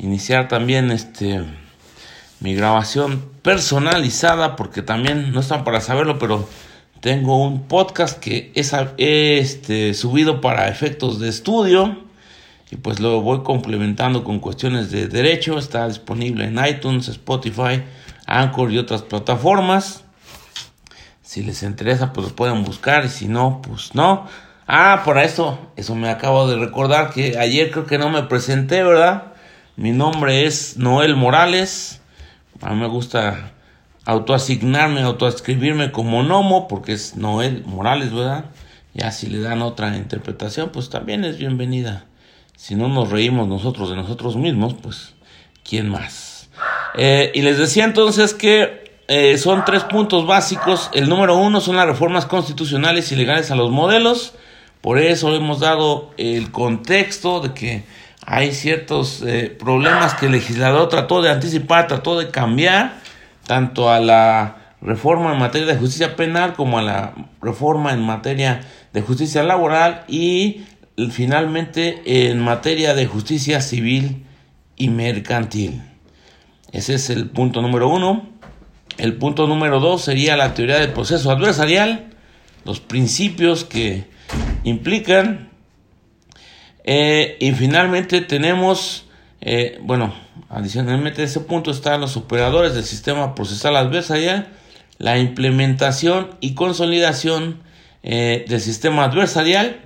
iniciar también mi grabación personalizada, porque también no están para saberlo, pero tengo un podcast que es subido para efectos de estudio y pues lo voy complementando con cuestiones de derecho. Está disponible en iTunes, Spotify, Anchor y otras plataformas. Si les interesa, pues lo pueden buscar, y si no, pues no. Por eso me acabo de recordar que ayer creo que no me presenté, ¿verdad? Mi nombre es Noel Morales. A mí me gusta autoescribirme como Nomo, porque es Noel Morales, ¿verdad? Ya si le dan otra interpretación, pues también es bienvenida. Si no nos reímos nosotros de nosotros mismos, pues ¿quién más? Y les decía entonces que son 3 puntos básicos. El número 1 son las reformas constitucionales y legales a los modelos. Por eso hemos dado el contexto de que hay ciertos problemas que el legislador trató de anticipar, trató de cambiar, tanto a la reforma en materia de justicia penal como a la reforma en materia de justicia laboral y finalmente en materia de justicia civil y mercantil. Ese es el punto número 1. El punto número 2 sería la teoría del proceso adversarial, los principios que implican. Y finalmente tenemos, adicionalmente a ese punto están los operadores del sistema procesal adversarial, la implementación y consolidación del sistema adversarial.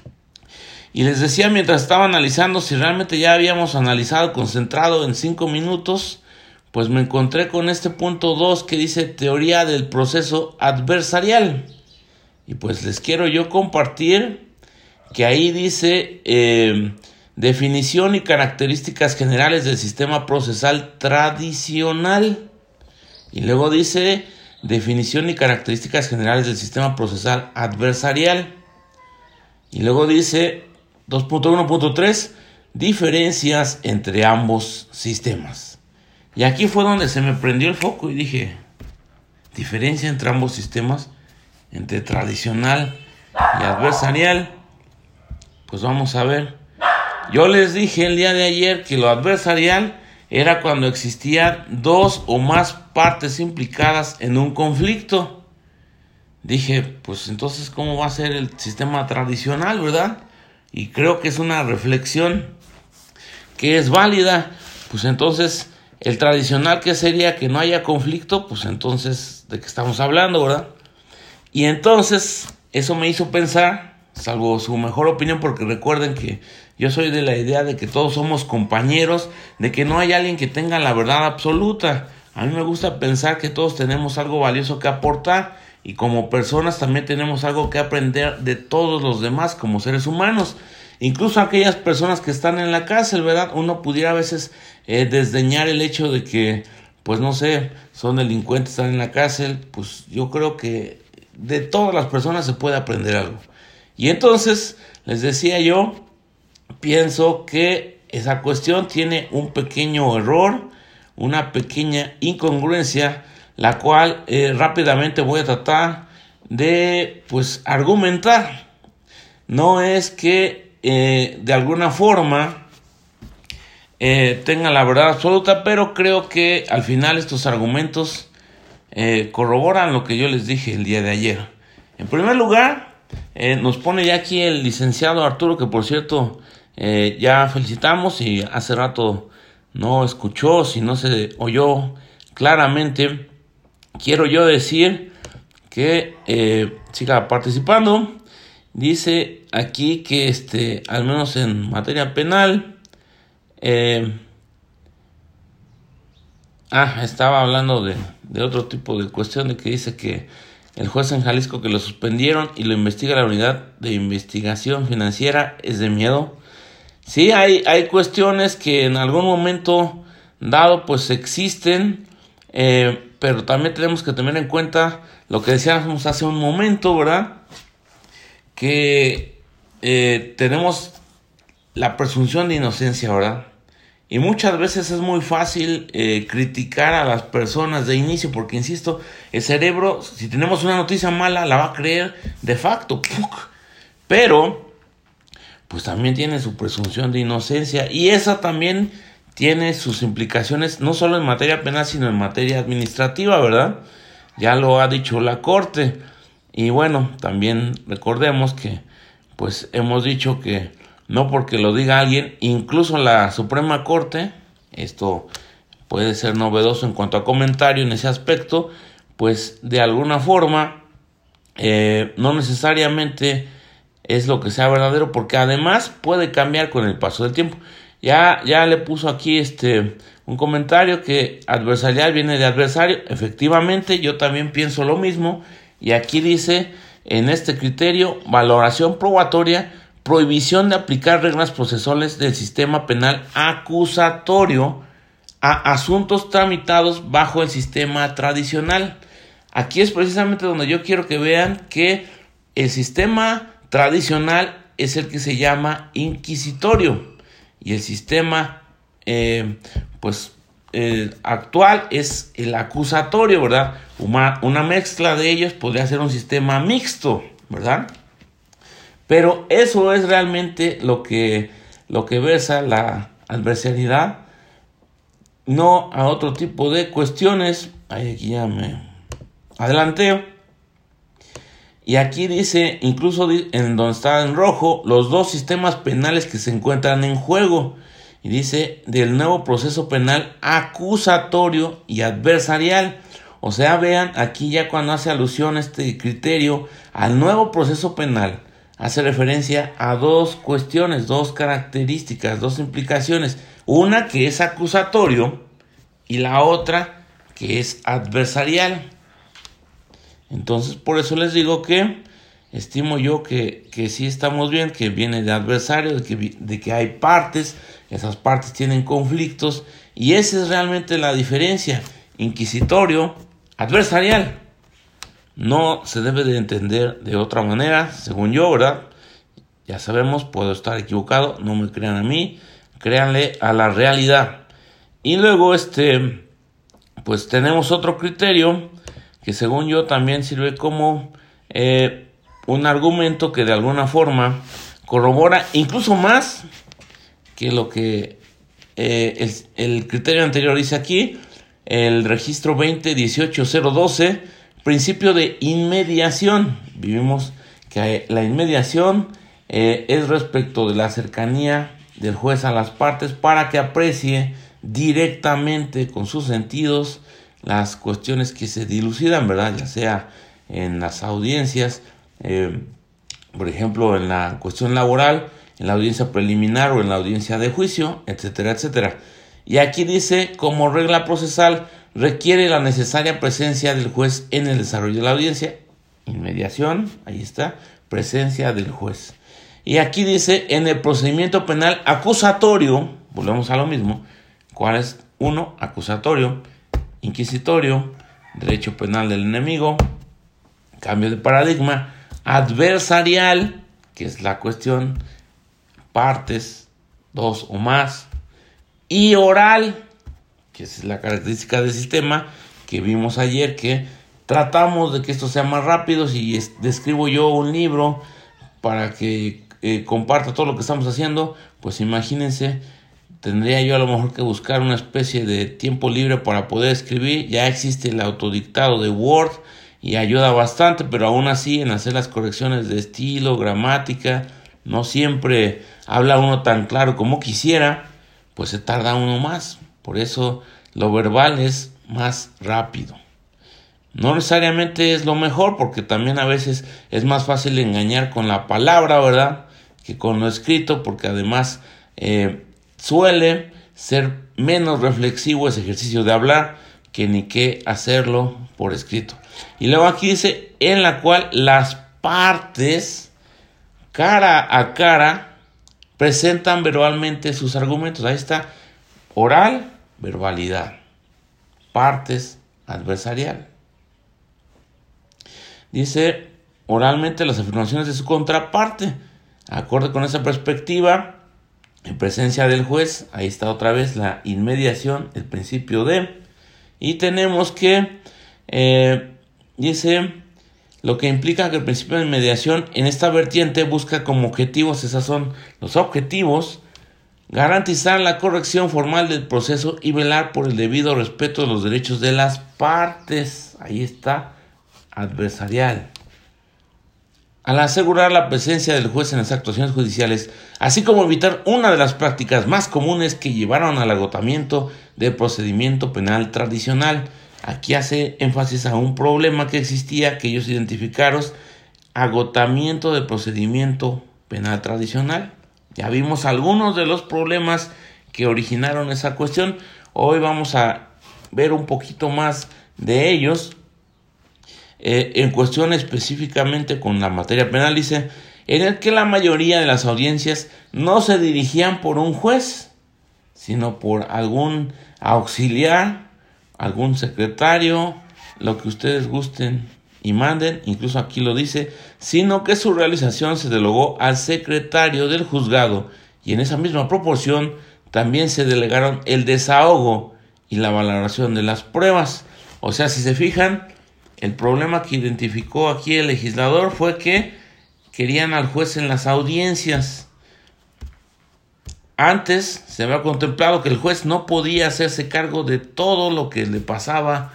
Y les decía, mientras estaba analizando si realmente ya habíamos analizado concentrado en 5 minutos, pues me encontré con este punto 2 que dice teoría del proceso adversarial. Y pues les quiero yo compartir que ahí dice definición y características generales del sistema procesal tradicional. Y luego dice definición y características generales del sistema procesal adversarial. Y luego dice 2.1.3 diferencias entre ambos sistemas. Y aquí fue donde se me prendió el foco y dije, diferencia entre ambos sistemas, entre tradicional y adversarial. Pues vamos a ver. Yo les dije el día de ayer que lo adversarial era cuando existían 2 o más partes implicadas en un conflicto. Dije, pues entonces ¿cómo va a ser el sistema tradicional, verdad? Y creo que es una reflexión que es válida. Pues entonces, el tradicional, ¿qué sería? Que no haya conflicto. Pues entonces, ¿de qué estamos hablando, verdad? Y entonces, eso me hizo pensar, salvo su mejor opinión, porque recuerden que yo soy de la idea de que todos somos compañeros, de que no hay alguien que tenga la verdad absoluta. A mí me gusta pensar que todos tenemos algo valioso que aportar y como personas también tenemos algo que aprender de todos los demás como seres humanos. Incluso aquellas personas que están en la cárcel, ¿verdad? Uno pudiera a veces desdeñar el hecho de que, pues no sé, son delincuentes, están en la cárcel. Pues yo creo que de todas las personas se puede aprender algo. Y entonces, les decía yo, pienso que esa cuestión tiene un pequeño error, una pequeña incongruencia, la cual rápidamente voy a tratar de argumentar. No es que de alguna forma tenga la verdad absoluta, pero creo que al final estos argumentos corroboran lo que yo les dije el día de ayer. En primer lugar, nos pone ya aquí el licenciado Arturo, que por cierto ya felicitamos y hace rato no escuchó, si no se oyó claramente. Quiero yo decir que siga participando. Dice aquí que al menos en materia penal, estaba hablando de otro tipo de cuestión, de que dice que el juez en Jalisco que lo suspendieron y lo investiga la unidad de investigación financiera es de miedo. Sí, hay cuestiones que en algún momento dado pues existen, pero también tenemos que tener en cuenta lo que decíamos hace un momento, ¿verdad? Que tenemos la presunción de inocencia, ¿verdad? Y muchas veces es muy fácil criticar a las personas de inicio, porque insisto, el cerebro, si tenemos una noticia mala, la va a creer de facto. Pero, pues también tiene su presunción de inocencia, y esa también tiene sus implicaciones no solo en materia penal, sino en materia administrativa, ¿verdad? Ya lo ha dicho la Corte. Y bueno, también recordemos que pues hemos dicho que no porque lo diga alguien, incluso la Suprema Corte, esto puede ser novedoso en cuanto a comentario en ese aspecto, pues de alguna forma no necesariamente es lo que sea verdadero, porque además puede cambiar con el paso del tiempo. Ya le puso aquí un comentario que adversarial viene de adversario. Efectivamente, yo también pienso lo mismo. Y aquí dice, en este criterio, valoración probatoria, prohibición de aplicar reglas procesales del sistema penal acusatorio a asuntos tramitados bajo el sistema tradicional. Aquí es precisamente donde yo quiero que vean que el sistema tradicional es el que se llama inquisitorio y el sistema actual es el acusatorio, ¿verdad? Una mezcla de ellos podría ser un sistema mixto, ¿verdad? Pero eso es realmente lo que versa la adversariedad, no a otro tipo de cuestiones. Aquí ya me adelanteo. Y aquí dice, incluso en donde está en rojo, los dos sistemas penales que se encuentran en juego. Y dice, del nuevo proceso penal acusatorio y adversarial. O sea, vean, aquí ya cuando hace alusión este criterio al nuevo proceso penal, hace referencia a dos cuestiones, dos características, dos implicaciones. Una que es acusatorio y la otra que es adversarial. Entonces, por eso les digo que estimo yo que sí estamos bien, que viene de adversario, de que hay partes, esas partes tienen conflictos, y esa es realmente la diferencia. Inquisitorio, adversarial. No se debe de entender de otra manera, según yo, ¿verdad? Ya sabemos, puedo estar equivocado, no me crean a mí, créanle a la realidad. Y luego, pues tenemos otro criterio que según yo también sirve como un argumento que de alguna forma corrobora incluso más que lo que el criterio anterior dice aquí, el registro 20.18.012, principio de inmediación. Vivimos que la inmediación es respecto de la cercanía del juez a las partes para que aprecie directamente con sus sentidos las cuestiones que se dilucidan, ¿verdad? Ya sea en las audiencias, por ejemplo, en la cuestión laboral, en la audiencia preliminar o en la audiencia de juicio, etcétera, etcétera. Y aquí dice, como regla procesal, requiere la necesaria presencia del juez en el desarrollo de la audiencia. Inmediación, ahí está, presencia del juez. Y aquí dice, en el procedimiento penal acusatorio, volvemos a lo mismo, ¿cuál es? Uno, acusatorio, inquisitorio, derecho penal del enemigo, cambio de paradigma, adversarial, que es la cuestión, partes, dos o más, y oral, que es la característica del sistema que vimos ayer, que tratamos de que esto sea más rápido. Si describo yo un libro para que comparta todo lo que estamos haciendo, pues imagínense, tendría yo a lo mejor que buscar una especie de tiempo libre para poder escribir. Ya existe el autodictado de Word y ayuda bastante, pero aún así en hacer las correcciones de estilo, gramática, no siempre habla uno tan claro como quisiera, pues se tarda uno más. Por eso lo verbal es más rápido. No necesariamente es lo mejor, porque también a veces es más fácil engañar con la palabra, ¿verdad?, que con lo escrito, porque además suele ser menos reflexivo ese ejercicio de hablar que ni que hacerlo por escrito. Y luego aquí dice, en la cual las partes cara a cara presentan verbalmente sus argumentos. Ahí está, oral, verbalidad, partes, adversarial. Dice, oralmente las afirmaciones de su contraparte, acorde con esa perspectiva, en presencia del juez. Ahí está otra vez la inmediación, el principio de, y tenemos que, dice, lo que implica que el principio de inmediación en esta vertiente busca como objetivos, esas son los objetivos, garantizar la corrección formal del proceso y velar por el debido respeto de los derechos de las partes. Ahí está, adversarial. Al asegurar la presencia del juez en las actuaciones judiciales, así como evitar una de las prácticas más comunes que llevaron al agotamiento del procedimiento penal tradicional. Aquí hace énfasis a un problema que existía, que ellos identificaron: agotamiento del procedimiento penal tradicional. Ya vimos algunos de los problemas que originaron esa cuestión. Hoy vamos a ver un poquito más de ellos. En cuestión específicamente con la materia penal, dice, en el que la mayoría de las audiencias no se dirigían por un juez, sino por algún auxiliar, algún secretario, lo que ustedes gusten y manden, incluso aquí lo dice, sino que su realización se delegó al secretario del juzgado, y en esa misma proporción también se delegaron el desahogo y la valoración de las pruebas. O sea, si se fijan, el problema que identificó aquí el legislador fue que querían al juez en las audiencias. Antes se había contemplado que el juez no podía hacerse cargo de todo lo que le pasaba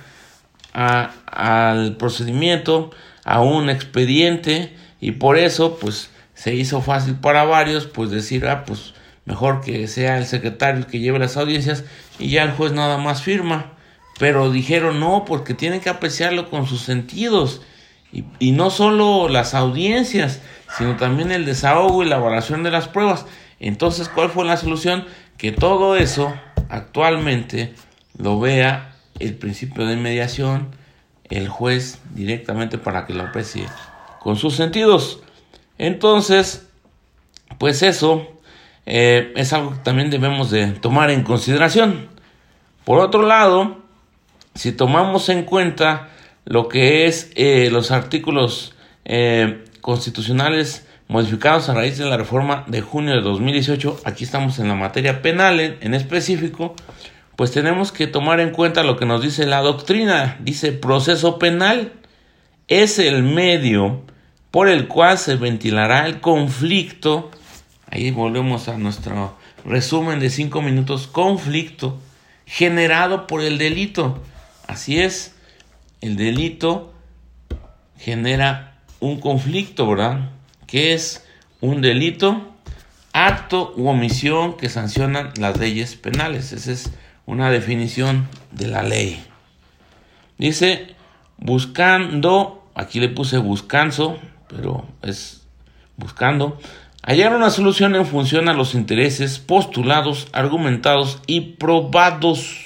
al procedimiento, a un expediente, y por eso pues se hizo fácil para varios pues decir, pues mejor que sea el secretario el que lleve las audiencias y ya el juez nada más firma. Pero dijeron no, porque tienen que apreciarlo con sus sentidos, y no solo las audiencias, sino también el desahogo y la evaluación de las pruebas. Entonces, ¿cuál fue la solución? Que todo eso actualmente lo vea el principio de mediación, el juez directamente, para que lo aprecie con sus sentidos. Entonces, pues eso es algo que también debemos de tomar en consideración. Por otro lado, si tomamos en cuenta lo que es los artículos constitucionales modificados a raíz de la reforma de junio de 2018, aquí estamos en la materia penal en específico, pues tenemos que tomar en cuenta lo que nos dice la doctrina. Dice, proceso penal es el medio por el cual se ventilará el conflicto. Ahí volvemos a nuestro resumen de 5 minutos, conflicto generado por el delito. Así es, el delito genera un conflicto, ¿verdad? ¿Qué es un delito? Acto u omisión que sancionan las leyes penales. Esa es una definición de la ley. Dice, buscando, aquí le puse buscanzo, pero es buscando, hallar una solución en función a los intereses postulados, argumentados y probados.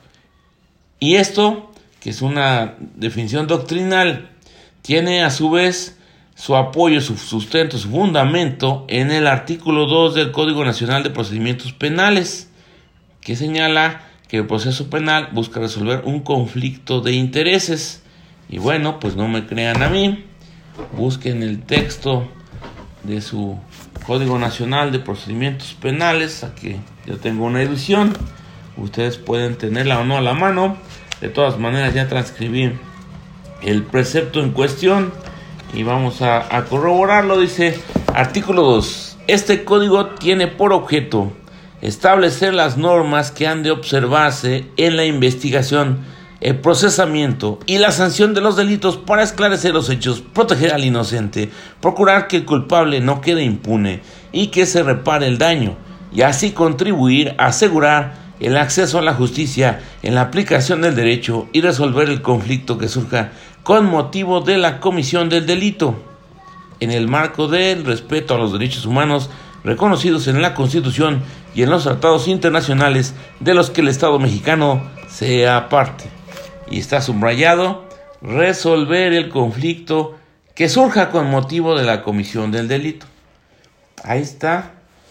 Y esto, que es una definición doctrinal, tiene a su vez su apoyo, su sustento, su fundamento en el artículo 2 del Código Nacional de Procedimientos Penales, que señala que el proceso penal busca resolver un conflicto de intereses. Y bueno, pues no me crean a mí, busquen el texto de su Código Nacional de Procedimientos Penales. Aquí yo tengo una edición, ustedes pueden tenerla o no a la mano. De todas maneras, ya transcribí el precepto en cuestión y vamos a corroborarlo. Dice, artículo 2. Este código tiene por objeto establecer las normas que han de observarse en la investigación, el procesamiento y la sanción de los delitos para esclarecer los hechos, proteger al inocente, procurar que el culpable no quede impune y que se repare el daño, y así contribuir a asegurar el acceso a la justicia en la aplicación del derecho y resolver el conflicto que surja con motivo de la comisión del delito, en el marco del respeto a los derechos humanos reconocidos en la Constitución y en los tratados internacionales de los que el Estado mexicano sea parte. Y está subrayado, resolver el conflicto que surja con motivo de la comisión del delito. Ahí está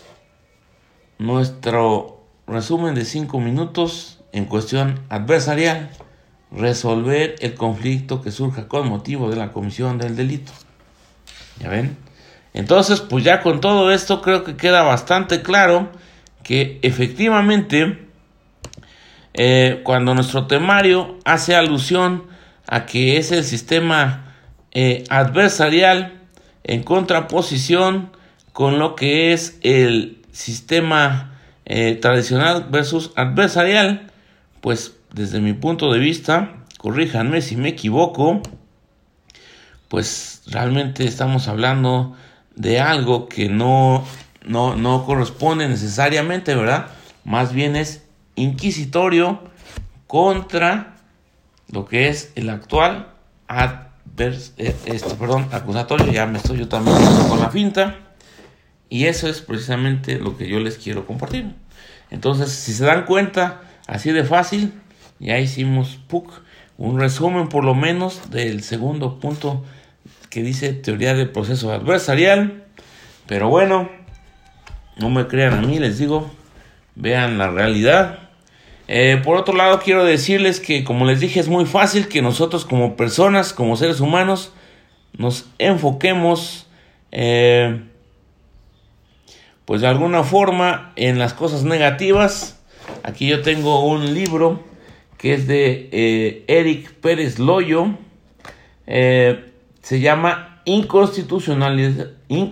nuestro resumen de 5 minutos en cuestión adversarial, resolver el conflicto que surja con motivo de la comisión del delito. ¿Ya ven? Entonces, pues ya con todo esto creo que queda bastante claro que efectivamente cuando nuestro temario hace alusión a que es el sistema adversarial en contraposición con lo que es el sistema tradicional versus adversarial, pues desde mi punto de vista, corríjanme si me equivoco, pues realmente estamos hablando de algo que no corresponde necesariamente, ¿verdad? Más bien es inquisitorio contra lo que es el actual acusatorio. Ya me estoy yo también con la finta, y eso es precisamente lo que yo les quiero compartir. Entonces, si se dan cuenta, así de fácil, ya hicimos un resumen por lo menos del segundo punto que dice teoría del proceso adversarial. Pero bueno, no me crean a mí, les digo, vean la realidad. Por otro lado, quiero decirles que, como les dije, es muy fácil que nosotros como personas, como seres humanos, nos enfoquemos pues de alguna forma en las cosas negativas. Aquí yo tengo un libro que es de Eric Pérez Loyo, se llama Inconstitucionalidades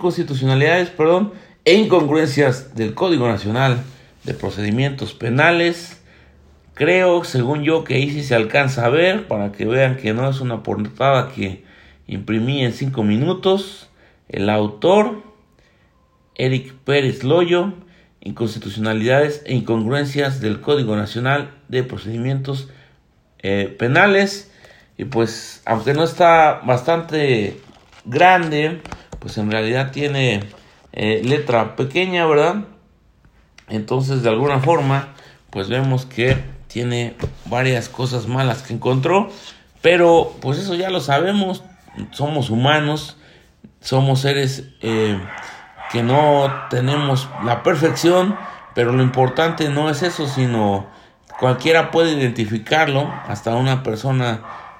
e incongruencias del Código Nacional de Procedimientos Penales. Creo, según yo, que ahí sí se alcanza a ver, para que vean que no es una portada que imprimí en 5 minutos. El autor, Eric Pérez Loyo, Inconstitucionalidades e incongruencias del Código Nacional de Procedimientos Penales. Y pues, aunque no está bastante grande, pues en realidad tiene letra pequeña, ¿verdad? Entonces, de alguna forma, pues vemos que tiene varias cosas malas que encontró, pero pues eso ya lo sabemos. Somos humanos, somos seres que no tenemos la perfección, pero lo importante no es eso, sino cualquiera puede identificarlo, hasta una persona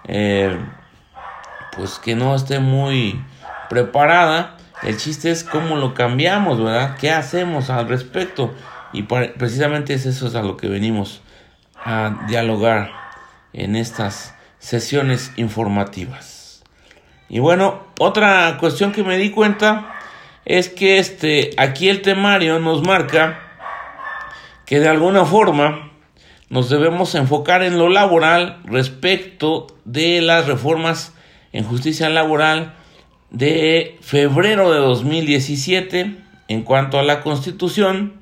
pues que no esté muy preparada. El chiste es cómo lo cambiamos, ¿verdad? ¿Qué hacemos al respecto? Y precisamente es eso, es a lo que venimos a dialogar en estas sesiones informativas. Y bueno, otra cuestión que me di cuenta es que aquí el temario nos marca que de alguna forma nos debemos enfocar en lo laboral respecto de las reformas en justicia laboral de febrero de 2017 en cuanto a la Constitución,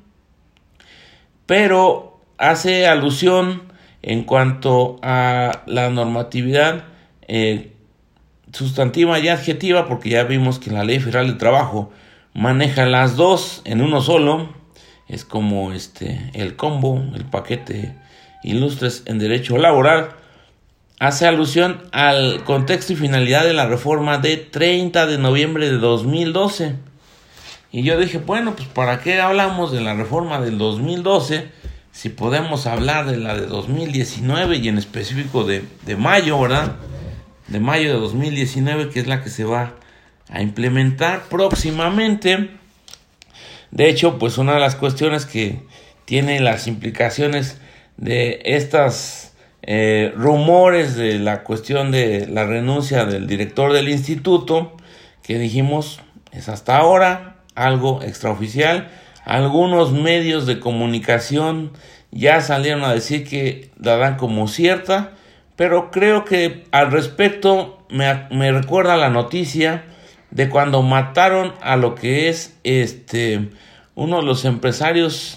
pero hace alusión en cuanto a la normatividad sustantiva y adjetiva, porque ya vimos que la Ley Federal del Trabajo maneja las dos en uno solo. Es como el combo, el paquete Ilustres en Derecho Laboral. Hace alusión al contexto y finalidad de la reforma de 30 de noviembre de 2012. Y yo dije, bueno, pues ¿para qué hablamos de la reforma del 2012 si podemos hablar de la de 2019 y en específico de mayo, ¿verdad? De mayo de 2019, que es la que se va a implementar próximamente. De hecho, pues una de las cuestiones que tiene las implicaciones de estas rumores de la cuestión de la renuncia del director del instituto, que dijimos es hasta ahora algo extraoficial. Algunos medios de comunicación ya salieron a decir que la dan como cierta, pero creo que al respecto me recuerda la noticia de cuando mataron a lo que es uno de los empresarios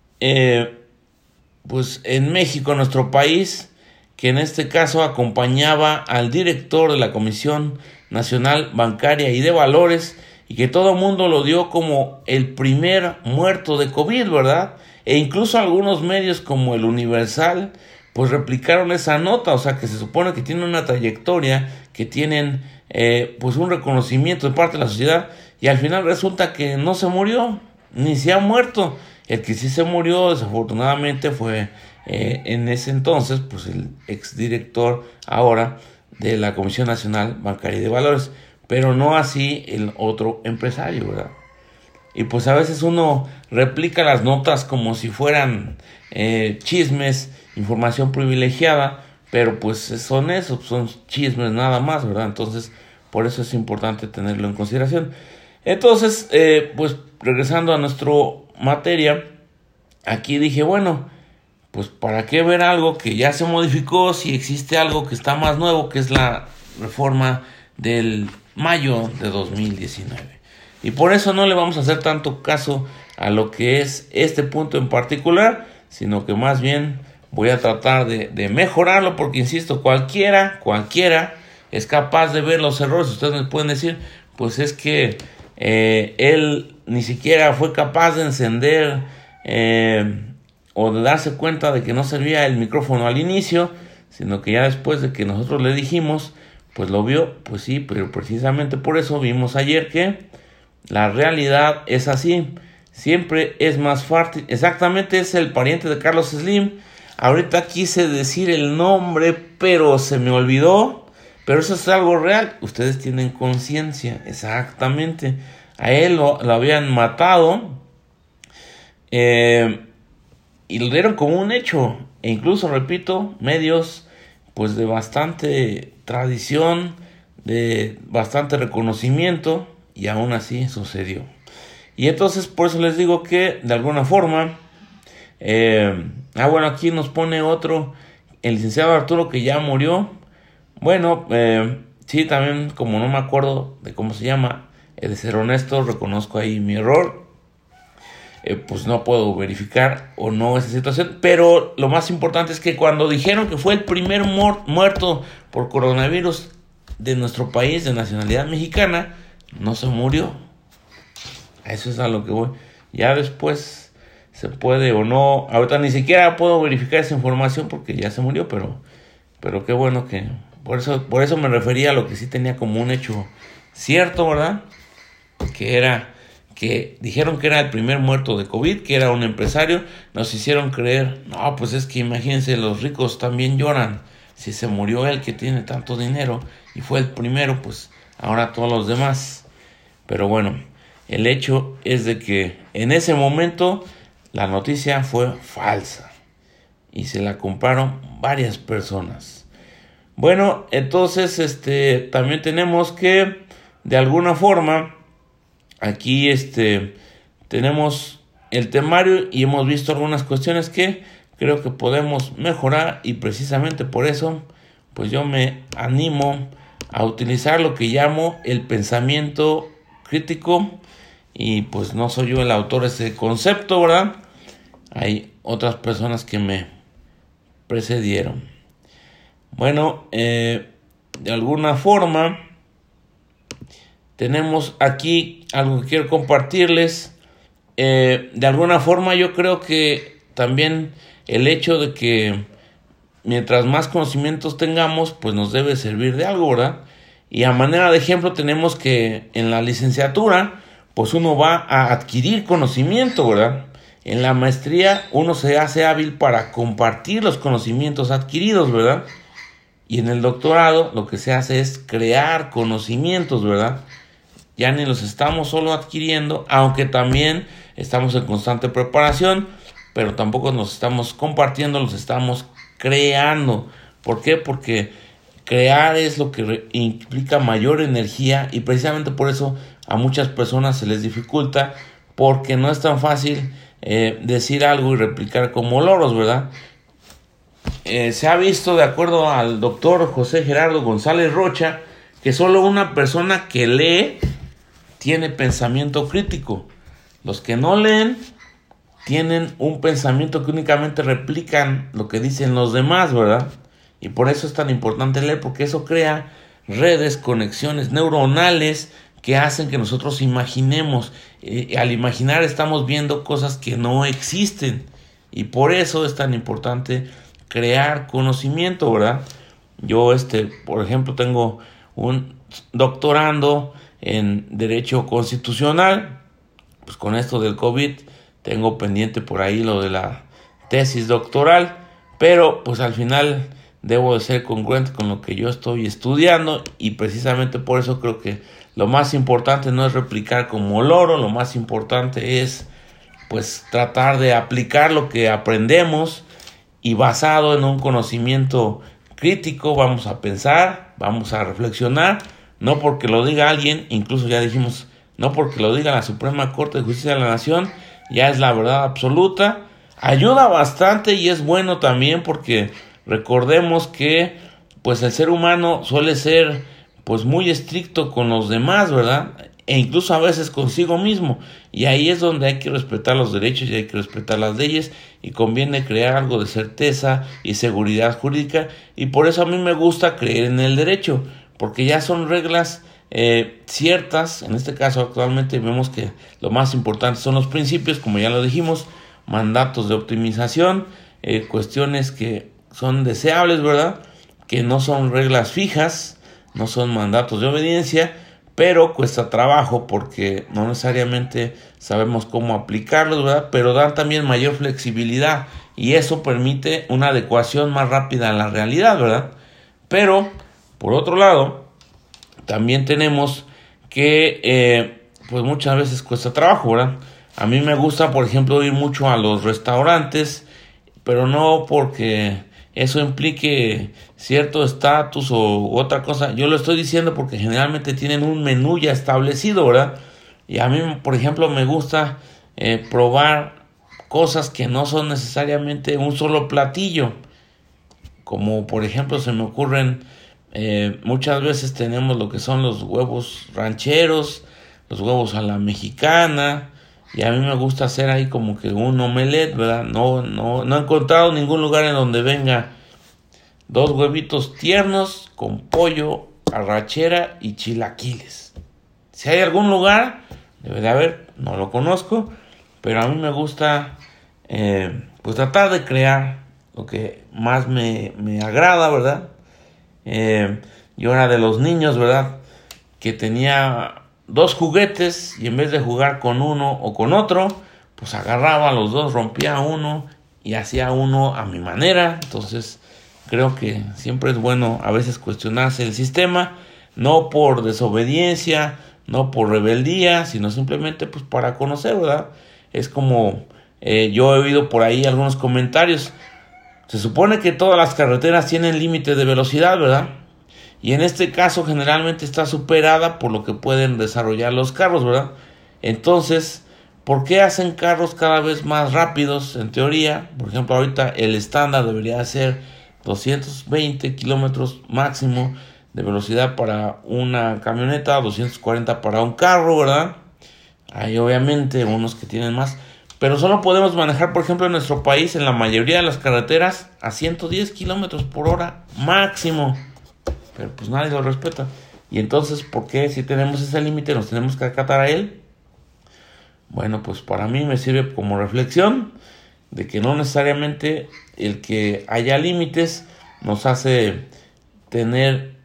pues en México, nuestro país, que en este caso acompañaba al director de la Comisión Nacional Bancaria y de Valores, y que todo el mundo lo dio como el primer muerto de COVID, ¿verdad? E incluso algunos medios como el Universal pues replicaron esa nota, o sea que se supone que tienen una trayectoria, que tienen pues un reconocimiento de parte de la sociedad, y al final resulta que no se murió, ni se ha muerto. El que sí se murió desafortunadamente fue en ese entonces pues el exdirector ahora de la Comisión Nacional Bancaria y de Valores, pero no así el otro empresario, ¿verdad? Y pues a veces uno replica las notas como si fueran chismes, información privilegiada, pero pues son chismes nada más, ¿verdad? Entonces, por eso es importante tenerlo en consideración. Entonces, pues regresando a nuestra materia, aquí dije, bueno, pues para qué ver algo que ya se modificó si existe algo que está más nuevo, que es la reforma del mayo de 2019. Y por eso no le vamos a hacer tanto caso a lo que es este punto en particular, sino que más bien voy a tratar de mejorarlo, porque insisto, cualquiera es capaz de ver los errores. Ustedes me pueden decir, pues es que él ni siquiera fue capaz de encender o de darse cuenta de que no servía el micrófono al inicio, sino que ya después de que nosotros le dijimos, pues lo vio. Pues sí, pero precisamente por eso vimos ayer que la realidad es así. Siempre es más fácil. Exactamente, es el pariente de Carlos Slim. Ahorita quise decir el nombre, pero se me olvidó. Pero eso es algo real. Ustedes tienen conciencia. Exactamente. A él lo habían matado. Y lo dieron como un hecho. E incluso, repito, medios pues de bastante tradición, de bastante reconocimiento. Y aún así sucedió. Y entonces por eso les digo que de alguna forma... bueno, aquí nos pone otro, el licenciado Arturo, que ya murió. Bueno, sí, también como no me acuerdo de cómo se llama, he de ser honesto, reconozco ahí mi error. Pues no puedo verificar o no esa situación. Pero lo más importante es que cuando dijeron que fue el primer muerto por coronavirus de nuestro país, de nacionalidad mexicana, no se murió. A eso es a lo que voy. Ya después se puede o no. Ahorita ni siquiera puedo verificar esa información porque ya se murió, pero qué bueno que... Por eso me refería a lo que sí tenía como un hecho cierto, ¿verdad? Que dijeron que era el primer muerto de COVID, que era un empresario. Nos hicieron creer, no, pues es que imagínense, los ricos también lloran. Si se murió él, que tiene tanto dinero y fue el primero, pues ahora todos los demás. Pero bueno, el hecho es de que en ese momento la noticia fue falsa y se la compraron varias personas. Bueno, entonces también tenemos que de alguna forma aquí tenemos el temario y hemos visto algunas cuestiones que creo que podemos mejorar, y precisamente por eso pues yo me animo a utilizar lo que llamo el pensamiento crítico. Y pues no soy yo el autor de ese concepto, ¿verdad? Hay otras personas que me precedieron. Bueno, de alguna forma tenemos aquí algo que quiero compartirles. De alguna forma yo creo que también el hecho de que mientras más conocimientos tengamos, pues nos debe servir de algo, ¿verdad? Y a manera de ejemplo tenemos que en la licenciatura pues uno va a adquirir conocimiento, ¿verdad? En la maestría uno se hace hábil para compartir los conocimientos adquiridos, ¿verdad? Y en el doctorado lo que se hace es crear conocimientos, ¿verdad? Ya ni los estamos solo adquiriendo, aunque también estamos en constante preparación, pero tampoco nos estamos compartiendo, los estamos creando. ¿Por qué? Porque crear es lo que implica mayor energía, y precisamente por eso a muchas personas se les dificulta, porque no es tan fácil decir algo y replicar como loros, ¿verdad? Se ha visto, de acuerdo al doctor José Gerardo González Rocha, que solo una persona que lee tiene pensamiento crítico. Los que no leen tienen un pensamiento que únicamente replican lo que dicen los demás, ¿verdad? Y por eso es tan importante leer, porque eso crea redes, conexiones neuronales que hacen que nosotros imaginemos. Al imaginar estamos viendo cosas que no existen, y por eso es tan importante crear conocimiento, ¿verdad? Yo, por ejemplo, tengo un doctorando en Derecho Constitucional. Pues con esto del COVID tengo pendiente por ahí lo de la tesis doctoral, pero pues al final debo de ser congruente con lo que yo estoy estudiando, y precisamente por eso creo que lo más importante no es replicar como loro. Lo más importante es pues tratar de aplicar lo que aprendemos, y basado en un conocimiento crítico vamos a pensar, vamos a reflexionar, no porque lo diga alguien, incluso ya dijimos, no porque lo diga la Suprema Corte de Justicia de la Nación, ya es la verdad absoluta. ayuda bastante y es bueno también porque recordemos que pues el ser humano suele ser pues muy estricto con los demás, ¿verdad? E incluso a veces consigo mismo, y ahí es donde hay que respetar los derechos y hay que respetar las leyes, y conviene crear algo de certeza y seguridad jurídica, y por eso a mí me gusta creer en el derecho, porque ya son reglas ciertas. En este caso actualmente vemos que lo más importante son los principios, como ya lo dijimos, mandatos de optimización, cuestiones que son deseables, ¿verdad? Que no son reglas fijas, no son mandatos de obediencia, pero cuesta trabajo porque no necesariamente sabemos cómo aplicarlos, ¿verdad? Pero dan también mayor flexibilidad y eso permite una adecuación más rápida a la realidad, ¿verdad? Pero, por otro lado, también tenemos que, pues muchas veces cuesta trabajo, ¿verdad? A mí me gusta, por ejemplo, ir mucho a los restaurantes, pero no porque eso implique cierto estatus o otra cosa. Yo lo estoy diciendo porque generalmente tienen un menú ya establecido, ¿verdad? Y a mí, por ejemplo, me gusta probar cosas que no son necesariamente un solo platillo. Como por ejemplo se me ocurren, muchas veces tenemos lo que son los huevos rancheros, los huevos a la mexicana, y a mí me gusta hacer ahí como que un omelette, ¿verdad? No he encontrado ningún lugar en donde venga 2 huevitos tiernos con pollo, arrachera y chilaquiles. Si hay algún lugar, debe de haber, no lo conozco, pero a mí me gusta pues tratar de crear lo que más me agrada, ¿verdad? Yo era de los niños, ¿verdad? Que tenía 2 juguetes y en vez de jugar con uno o con otro, pues agarraba los 2, rompía uno y hacía uno a mi manera. Entonces creo que siempre es bueno a veces cuestionarse el sistema, no por desobediencia, no por rebeldía, sino simplemente pues para conocer, ¿verdad? Es como yo he oído por ahí algunos comentarios. Se supone que todas las carreteras tienen límite de velocidad, ¿verdad? Y en este caso generalmente está superada por lo que pueden desarrollar los carros, ¿verdad? Entonces, ¿por qué hacen carros cada vez más rápidos? En teoría, por ejemplo, ahorita el estándar debería ser 220 kilómetros máximo de velocidad para una camioneta, 240 para un carro, ¿verdad? Hay obviamente unos que tienen más, pero solo podemos manejar, por ejemplo, en nuestro país, en la mayoría de las carreteras, a 110 kilómetros por hora máximo. Pero pues nadie lo respeta. Y entonces, ¿por qué si tenemos ese límite nos tenemos que acatar a él? Bueno, pues para mí me sirve como reflexión de que no necesariamente el que haya límites nos hace tener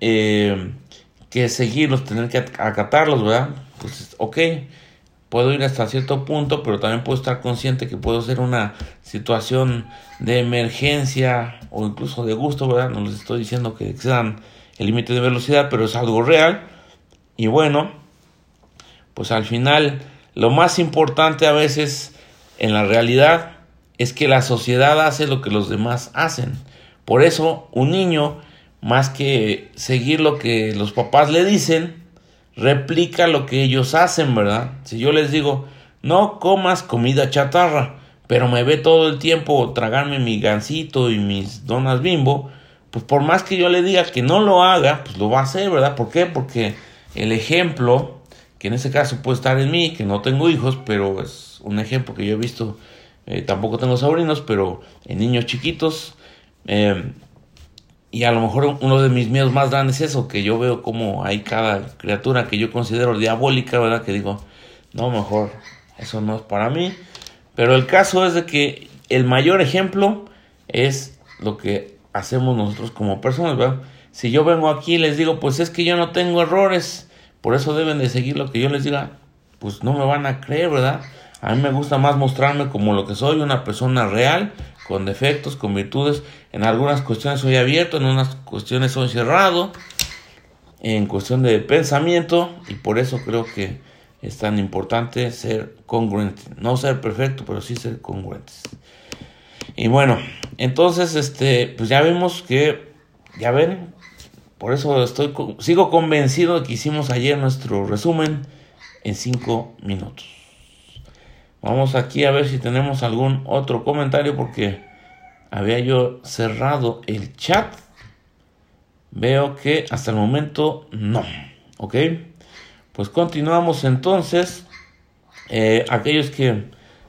que seguirlos, tener que acatarlos, ¿verdad? Pues ok, puedo ir hasta cierto punto, pero también puedo estar consciente que puedo ser una situación de emergencia o incluso de gusto, ¿verdad? No les estoy diciendo que excedan el límite de velocidad, pero es algo real. Y bueno, pues al final lo más importante a veces en la realidad es que la sociedad hace lo que los demás hacen. Por eso un niño, más que seguir lo que los papás le dicen, replica lo que ellos hacen, ¿verdad? Si yo les digo, no comas comida chatarra, pero me ve todo el tiempo tragarme mi gansito y mis donas Bimbo, pues por más que yo le diga que no lo haga, pues lo va a hacer, ¿verdad? ¿Por qué? Porque el ejemplo, que en este caso puede estar en mí, que no tengo hijos, pero es un ejemplo que yo he visto, tampoco tengo sobrinos, pero en niños chiquitos, y a lo mejor uno de mis miedos más grandes es eso, que yo veo como hay cada criatura que yo considero diabólica, ¿verdad? Que digo, no, mejor, eso no es para mí. Pero el caso es de que el mayor ejemplo es lo que hacemos nosotros como personas, ¿verdad? Si yo vengo aquí y les digo, pues es que yo no tengo errores, por eso deben de seguir lo que yo les diga, pues no me van a creer, ¿verdad? A mí me gusta más mostrarme como lo que soy, una persona real, con defectos, con virtudes. En algunas cuestiones soy abierto, en unas cuestiones soy cerrado, en cuestión de pensamiento, y por eso creo que es tan importante ser congruente. No ser perfecto, pero sí ser congruentes. Y bueno, entonces, pues ya vimos que, ya ven, por eso sigo convencido de que hicimos ayer nuestro resumen en 5 minutos. Vamos aquí a ver si tenemos algún otro comentario, porque había yo cerrado el chat. Veo que hasta el momento no. Ok, pues continuamos entonces. Aquellos que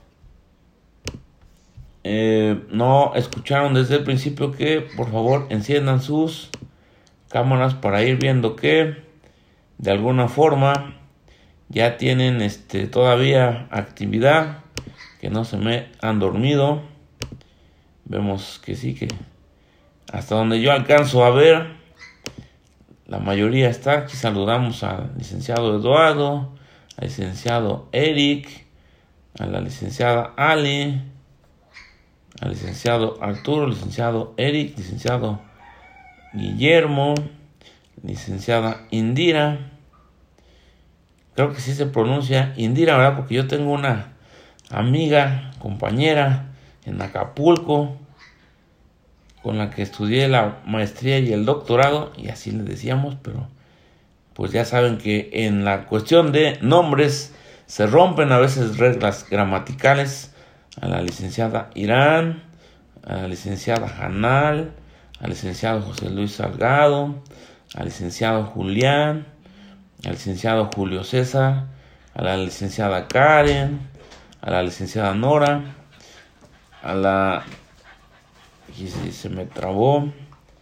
no escucharon desde el principio, que por favor enciendan sus cámaras para ir viendo que de alguna forma ya tienen todavía actividad, que no se me han dormido. Vemos que sí, que hasta donde yo alcanzo a ver, la mayoría está aquí. Saludamos al licenciado Eduardo, al licenciado Eric, a la licenciada Ali, al licenciado Arturo, licenciado Eric, licenciado Guillermo, licenciada Indira. Creo que sí se pronuncia Indira, ¿verdad? Porque yo tengo una amiga, compañera en Acapulco, con la que estudié la maestría y el doctorado, y así le decíamos, pero pues ya saben que en la cuestión de nombres se rompen a veces reglas gramaticales. A la licenciada Irán, a la licenciada Hanal, al licenciado José Luis Salgado, al licenciado Julián, al licenciado Julio César, a la licenciada Karen, a la licenciada Nora, a la... Aquí se me trabó.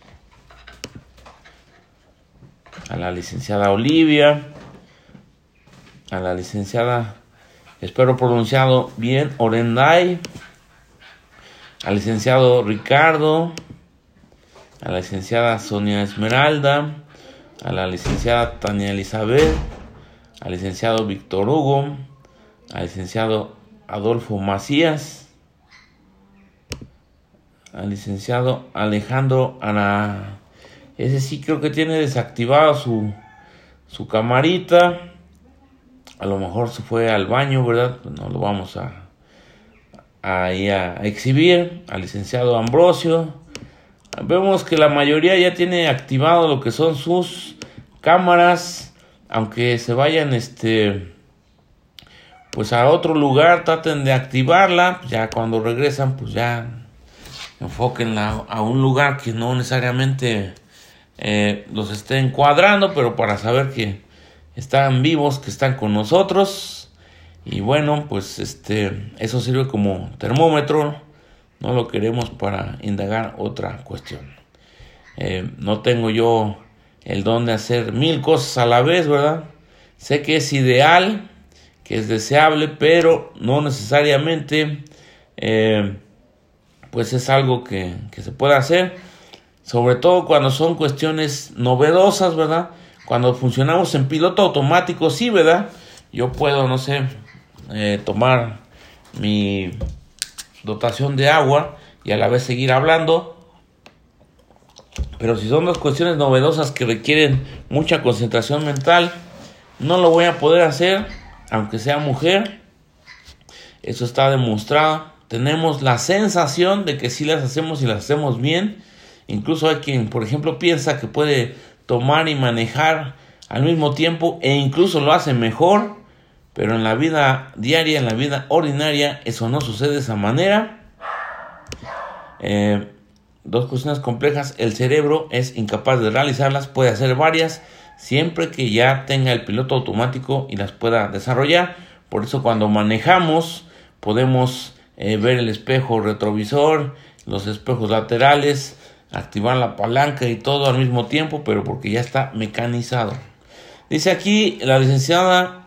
A la licenciada Olivia, a la licenciada, espero pronunciado bien, Orenday, al licenciado Ricardo, a la licenciada Sonia Esmeralda, a la licenciada Tania Elizabeth, al licenciado Víctor Hugo, al licenciado Adolfo Macías, al licenciado Alejandro Ana. Ese sí creo que tiene desactivado su camarita. A lo mejor se fue al baño, ¿verdad? Pues no lo vamos a exhibir. Al licenciado Ambrosio. Vemos que la mayoría ya tiene activado lo que son sus cámaras. Aunque se vayan pues a otro lugar, traten de activarla. Ya cuando regresan, pues ya enfóquenla a un lugar que no necesariamente los esté encuadrando, pero para saber que están vivos, que están con nosotros. Y bueno, pues eso sirve como termómetro. No lo queremos para indagar otra cuestión. No tengo yo el don de hacer 1000 cosas a la vez, ¿verdad? Sé que es ideal, que es deseable, pero no necesariamente pues es algo que se puede hacer. Sobre todo cuando son cuestiones novedosas, ¿verdad? Cuando funcionamos en piloto automático, sí, ¿verdad? Yo puedo, no sé, tomar mi dotación de agua y a la vez seguir hablando. Pero si son dos cuestiones novedosas que requieren mucha concentración mental, no lo voy a poder hacer, aunque sea mujer. Eso está demostrado. Tenemos la sensación de que sí las hacemos y las hacemos bien. Incluso hay quien, por ejemplo, piensa que puede tomar y manejar al mismo tiempo e incluso lo hace mejor, pero en la vida diaria, en la vida ordinaria, eso no sucede de esa manera. Dos cuestiones complejas: el cerebro es incapaz de realizarlas, puede hacer varias, siempre que ya tenga el piloto automático y las pueda desarrollar. Por eso cuando manejamos podemos ver el espejo retrovisor, los espejos laterales, activar la palanca y todo al mismo tiempo, pero porque ya está mecanizado. Dice aquí la licenciada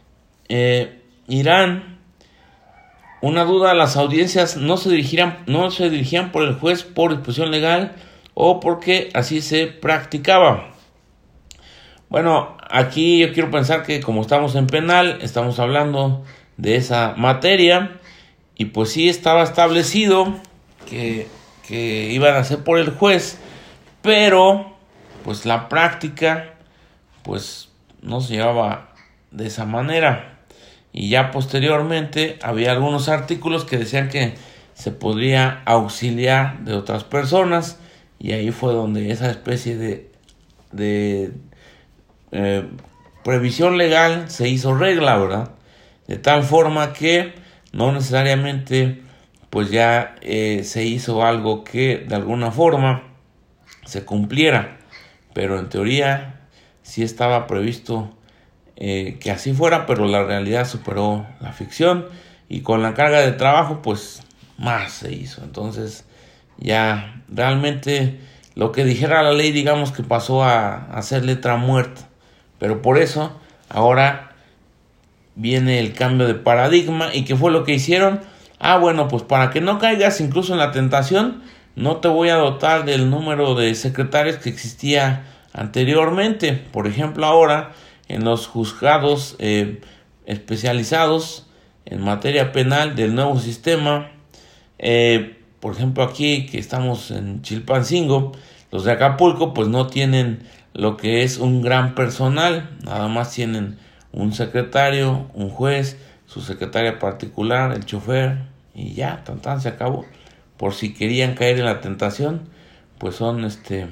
Irán: una duda, las audiencias no se dirigían por el juez por disposición legal o porque así se practicaba. Bueno, aquí yo quiero pensar que como estamos en penal, estamos hablando de esa materia, y pues sí estaba establecido que iban a ser por el juez, pero pues la práctica pues no se llevaba de esa manera. Y ya posteriormente había algunos artículos que decían que se podría auxiliar de otras personas, y ahí fue donde esa especie de previsión legal se hizo regla, ¿verdad? De tal forma que no necesariamente pues ya se hizo algo que de alguna forma se cumpliera, pero en teoría sí estaba previsto que así fuera, pero la realidad superó la ficción y con la carga de trabajo pues más se hizo. Entonces ya realmente lo que dijera la ley, digamos que pasó a ser letra muerta, pero por eso ahora viene el cambio de paradigma. ¿Y qué fue lo que hicieron? Bueno, pues para que no caigas incluso en la tentación, no te voy a dotar del número de secretarios que existía anteriormente. Por ejemplo, ahora en los juzgados especializados en materia penal del nuevo sistema, por ejemplo aquí que estamos en Chilpancingo, los de Acapulco pues no tienen lo que es un gran personal, nada más tienen un secretario, un juez, su secretaria particular, el chofer, y ya, tan se acabó. Por si querían caer en la tentación, pues son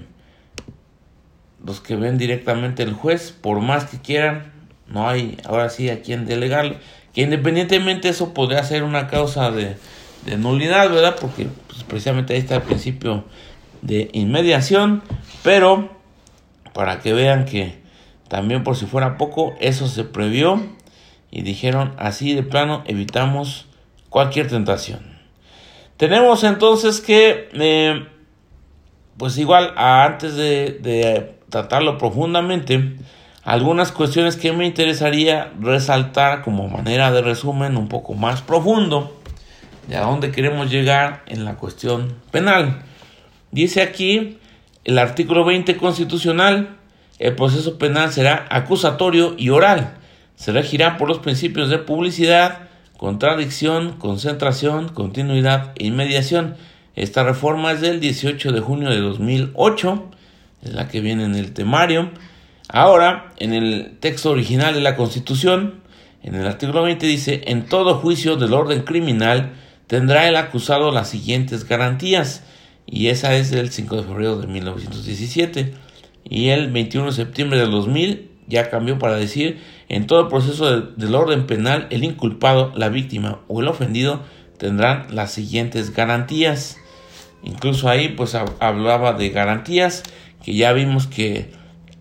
los que ven directamente el juez, por más que quieran, no hay ahora sí a quien delegarle, que independientemente eso podría ser una causa de nulidad, ¿verdad? Porque pues, precisamente ahí está el principio de inmediación, pero para que vean que también por si fuera poco, eso se previó y dijeron así de plano evitamos cualquier tentación. Tenemos entonces que, pues igual antes de tratarlo profundamente, algunas cuestiones que me interesaría resaltar como manera de resumen un poco más profundo de a dónde queremos llegar en la cuestión penal. Dice aquí el artículo 20 constitucional: el proceso penal será acusatorio y oral. Se regirá por los principios de publicidad, contradicción, concentración, continuidad e inmediación. Esta reforma es del 18 de junio de 2008, es la que viene en el temario. Ahora, en el texto original de la Constitución, en el artículo 20 dice: en todo juicio del orden criminal tendrá el acusado las siguientes garantías. Y esa es del 5 de febrero de 1917. Y el 21 de septiembre del 2000 ya cambió para decir: en todo proceso del orden penal, el inculpado, la víctima o el ofendido tendrán las siguientes garantías. Incluso ahí pues hablaba de garantías, que ya vimos que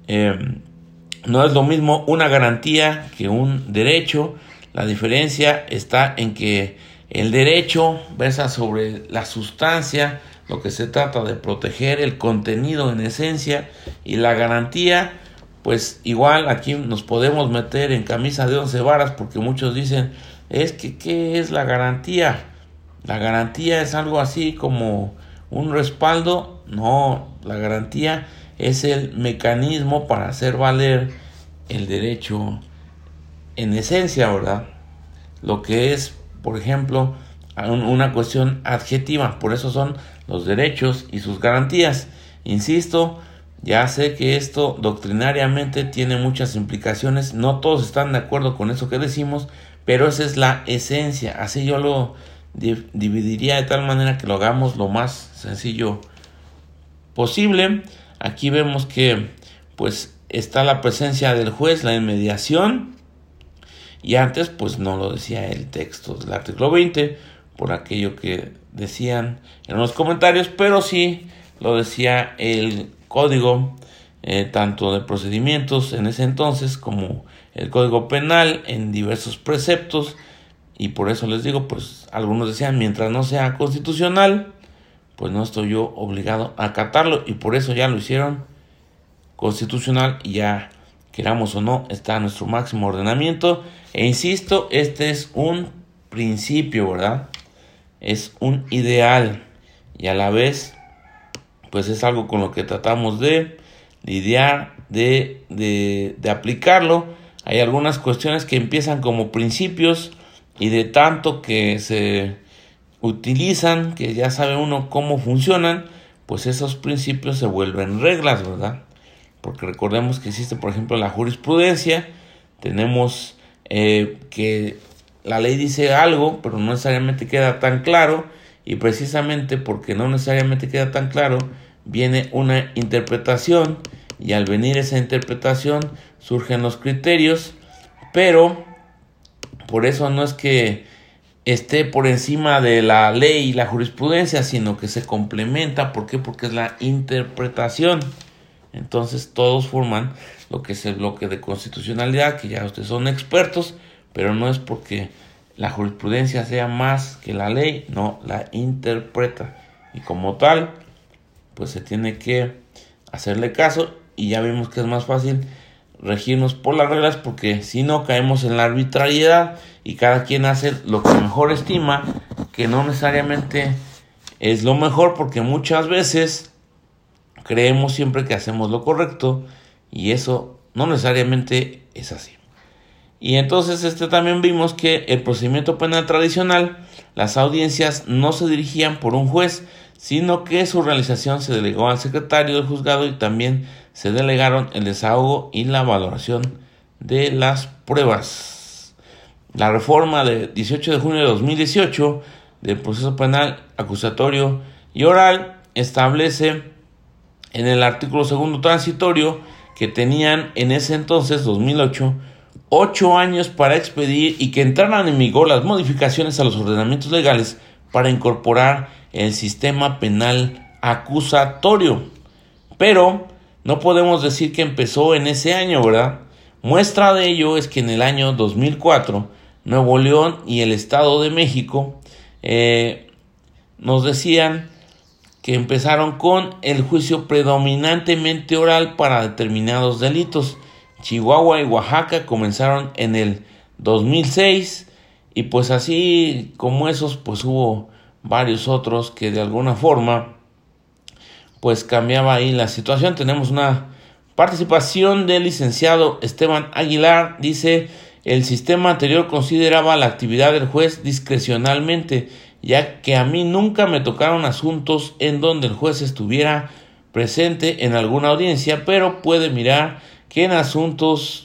no es lo mismo una garantía que un derecho. La diferencia está en que el derecho versa sobre la sustancia, lo que se trata de proteger, el contenido en esencia, y la garantía, pues igual aquí nos podemos meter en camisa de 11 varas, porque muchos dicen, ¿qué es la garantía? La garantía es algo así como un respaldo. No, la garantía es el mecanismo para hacer valer el derecho en esencia, ¿verdad? Lo que es, por ejemplo, una cuestión adjetiva. Por eso son los derechos y sus garantías. Insisto, ya sé que esto doctrinariamente tiene muchas implicaciones. No todos están de acuerdo con eso que decimos, pero esa es la esencia. Así yo lo dividiría de tal manera que lo hagamos lo más sencillo posible. Aquí vemos que pues está la presencia del juez, la inmediación, y antes pues no lo decía el texto del artículo 20 por aquello que decían en los comentarios, pero sí lo decía el código tanto de procedimientos en ese entonces como el código penal en diversos preceptos. Y por eso les digo, pues algunos decían, mientras no sea constitucional, pues no estoy yo obligado a acatarlo, y por eso ya lo hicieron constitucional y ya, queramos o no, está nuestro máximo ordenamiento. E insisto, este es un principio, ¿verdad? Es un ideal y a la vez pues es algo con lo que tratamos de lidiar, de aplicarlo. Hay algunas cuestiones que empiezan como principios y de tanto que se utilizan, que ya sabe uno cómo funcionan, pues esos principios se vuelven reglas, ¿verdad? Porque recordemos que existe, por ejemplo, la jurisprudencia. Tenemos que la ley dice algo, pero no necesariamente queda tan claro, y precisamente porque no necesariamente queda tan claro, viene una interpretación, y al venir esa interpretación surgen los criterios, pero por eso no es que esté por encima de la ley y la jurisprudencia, sino que se complementa. ¿Por qué? Porque es la interpretación. Entonces todos forman lo que es el bloque de constitucionalidad, que ya ustedes son expertos, pero no es porque la jurisprudencia sea más que la ley, no, la interpreta. Y como tal, pues se tiene que hacerle caso, y ya vimos que es más fácil regirnos por las reglas, porque si no caemos en la arbitrariedad y cada quien hace lo que mejor estima, que no necesariamente es lo mejor, porque muchas veces creemos siempre que hacemos lo correcto y eso no necesariamente es así. Y entonces también vimos que el procedimiento penal tradicional, las audiencias no se dirigían por un juez, sino que su realización se delegó al secretario del juzgado, y también se delegaron el desahogo y la valoración de las pruebas. La reforma de 18 de junio de 2018 del proceso penal acusatorio y oral establece en el artículo segundo transitorio que tenían en ese entonces, 2008, 8 años para expedir y que entraran en vigor las modificaciones a los ordenamientos legales para incorporar el sistema penal acusatorio. Pero no podemos decir que empezó en ese año, ¿verdad? Muestra de ello es que en el año 2004, Nuevo León y el Estado de México nos decían que empezaron con el juicio predominantemente oral para determinados delitos. Chihuahua y Oaxaca comenzaron en el 2006, y pues así como esos, pues hubo varios otros que de alguna forma pues cambiaba ahí la situación. Tenemos una participación del licenciado Esteban Aguilar. Dice: el sistema anterior consideraba la actividad del juez discrecionalmente, ya que a mí nunca me tocaron asuntos en donde el juez estuviera presente en alguna audiencia, pero pude mirar que en asuntos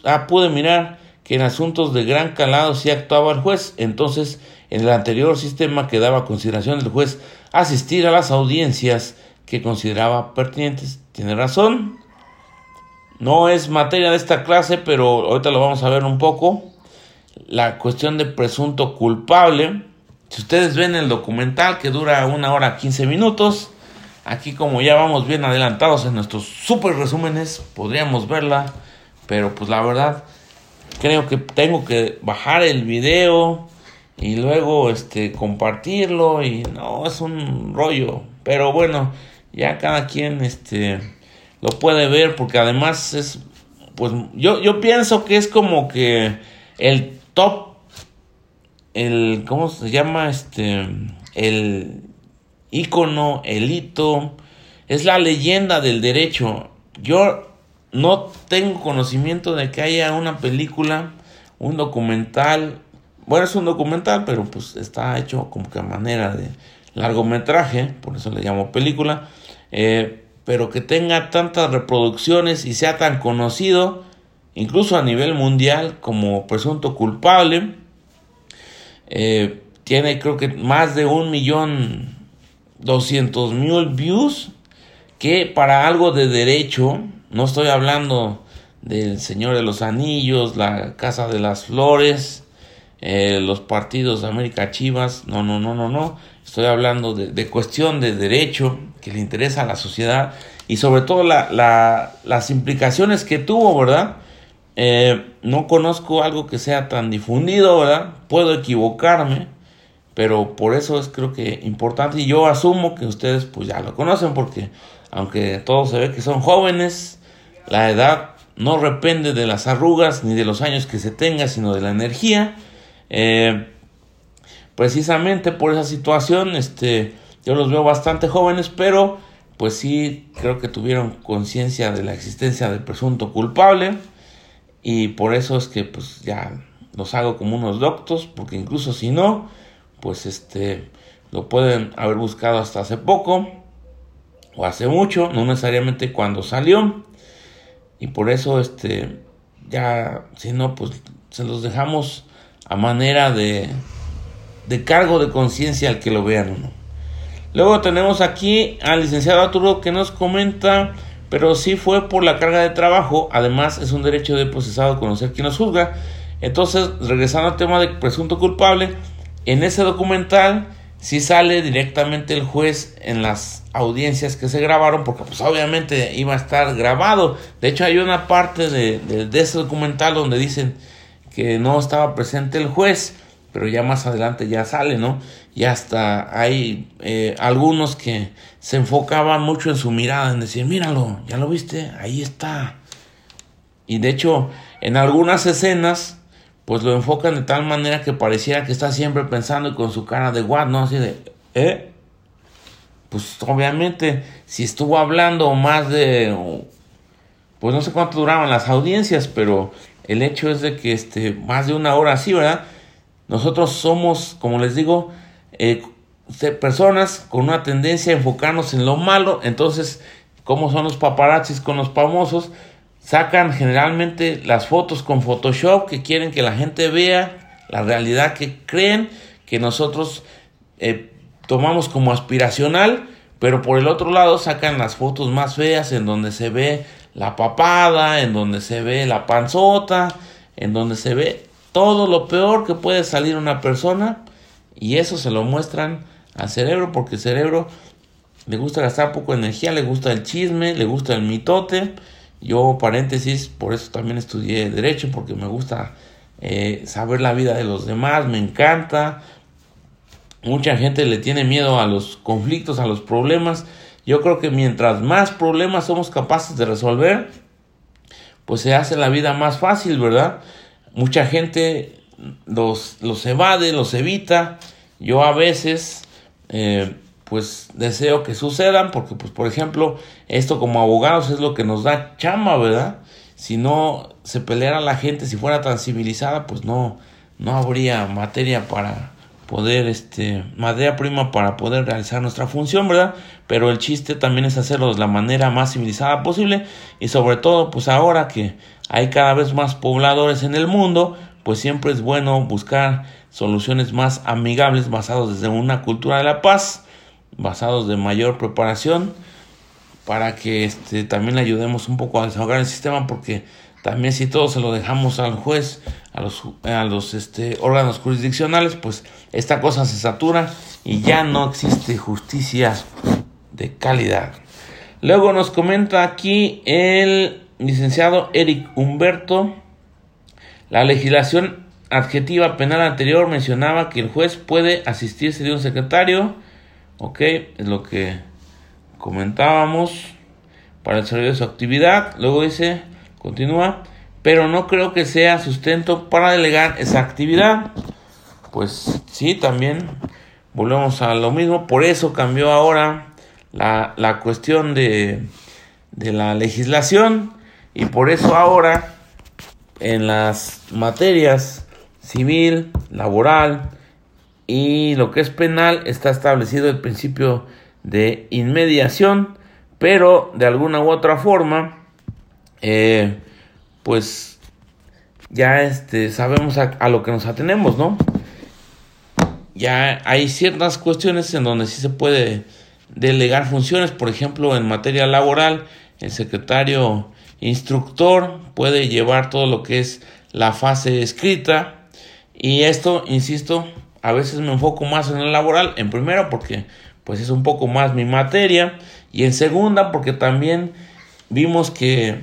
de gran calado sí actuaba el juez. Entonces, en el anterior sistema quedaba consideración del juez asistir a las audiencias que consideraba pertinentes. Tiene razón, no es materia de esta clase, pero ahorita lo vamos a ver un poco. La cuestión de presunto culpable, si ustedes ven el documental, que dura 1 hora 15 minutos, aquí como ya vamos bien adelantados en nuestros super resúmenes, podríamos verla, pero pues la verdad creo que tengo que bajar el video y luego compartirlo, y no, es un rollo, pero bueno, ya cada quien lo puede ver, porque además es, pues yo pienso que es como que el top, ¿cómo se llama? El ícono, el hito, es la leyenda del derecho. Yo no tengo conocimiento de que haya una película, un documental. Bueno, es un documental, pero pues está hecho como que a manera de largometraje, por eso le llamo película, pero que tenga tantas reproducciones y sea tan conocido, incluso a nivel mundial, como Presunto Culpable. Tiene creo que más de 1.200.000 views, que para algo de derecho, no estoy hablando del Señor de los Anillos, la Casa de las Flores, los partidos de América Chivas, no, estoy hablando de cuestión de derecho que le interesa a la sociedad, y sobre todo las implicaciones que tuvo, ¿verdad? No conozco algo que sea tan difundido, ¿verdad? Puedo equivocarme, pero por eso es creo que importante, y yo asumo que ustedes pues ya lo conocen, porque aunque todo se ve que son jóvenes, la edad no depende de las arrugas ni de los años que se tenga, sino de la energía. Precisamente por esa situación, yo los veo bastante jóvenes, pero pues sí creo que tuvieron conciencia de la existencia del presunto culpable, y por eso es que pues ya los hago como unos doctos, porque incluso si no, pues lo pueden haber buscado hasta hace poco o hace mucho, no necesariamente cuando salió, y por eso ya si no, pues se los dejamos a manera de cargo de conciencia al que lo vean o no. Luego tenemos aquí al licenciado Arturo, que nos comenta: pero sí fue por la carga de trabajo, además es un derecho del procesado conocer quién nos juzga. Entonces, regresando al tema de presunto culpable, en ese documental sí sale directamente el juez en las audiencias que se grabaron, porque pues obviamente iba a estar grabado. De hecho hay una parte de ese documental donde dicen que no estaba presente el juez, pero ya más adelante ya sale, ¿no? Y hasta hay algunos que se enfocaban mucho en su mirada, en decir, míralo, ya lo viste, ahí está. Y de hecho en algunas escenas pues lo enfocan de tal manera que pareciera que está siempre pensando y con su cara de what, ¿no? Así de, pues obviamente si estuvo hablando más de, pues no sé cuánto duraban las audiencias, pero el hecho es de que más de una hora así, ¿verdad? Nosotros somos, como les digo, personas con una tendencia a enfocarnos en lo malo. Entonces, como son los paparazzis con los famosos, sacan generalmente las fotos con Photoshop, que quieren que la gente vea la realidad que creen que nosotros tomamos como aspiracional, pero por el otro lado sacan las fotos más feas en donde se ve la papada, en donde se ve la panzota, en donde se ve todo lo peor que puede salir una persona, y eso se lo muestran al cerebro, porque el cerebro le gusta gastar poco energía, le gusta el chisme, le gusta el mitote. Yo, paréntesis, por eso también estudié Derecho, porque me gusta saber la vida de los demás, me encanta. Mucha gente le tiene miedo a los conflictos, a los problemas. Yo creo que mientras más problemas somos capaces de resolver, pues se hace la vida más fácil, ¿verdad? Mucha gente los evade, los evita. Yo a veces pues deseo que sucedan, porque pues por ejemplo esto como abogados es lo que nos da chamba, ¿verdad? Si no se peleara la gente, si fuera tan civilizada, pues no habría materia para poder materia prima para poder realizar nuestra función, ¿verdad? Pero el chiste también es hacerlo de la manera más civilizada posible, y sobre todo pues ahora que hay cada vez más pobladores en el mundo, pues siempre es bueno buscar soluciones más amigables, basados desde una cultura de la paz, basados de mayor preparación, para que también le ayudemos un poco a desahogar el sistema, porque también si todo se lo dejamos al juez, a los órganos jurisdiccionales, pues esta cosa se satura y ya no existe justicia de calidad. Luego nos comenta aquí el licenciado Eric Humberto: la legislación adjetiva penal anterior mencionaba que el juez puede asistirse de un secretario. Ok, es lo que comentábamos, para el desarrollo de su actividad. Luego dice, continúa, pero no creo que sea sustento para delegar esa actividad. Pues sí, también volvemos a lo mismo. Por eso cambió ahora la cuestión de la legislación, y por eso ahora en las materias civil, laboral y lo que es penal está establecido el principio de inmediación, pero de alguna u otra forma pues ya sabemos a lo que nos atenemos, ¿no? Ya hay ciertas cuestiones en donde sí se puede delegar funciones. Por ejemplo, en materia laboral, el secretario instructor puede llevar todo lo que es la fase escrita, y esto, insisto, a veces me enfoco más en el laboral, en primera porque pues es un poco más mi materia, y en segunda porque también vimos que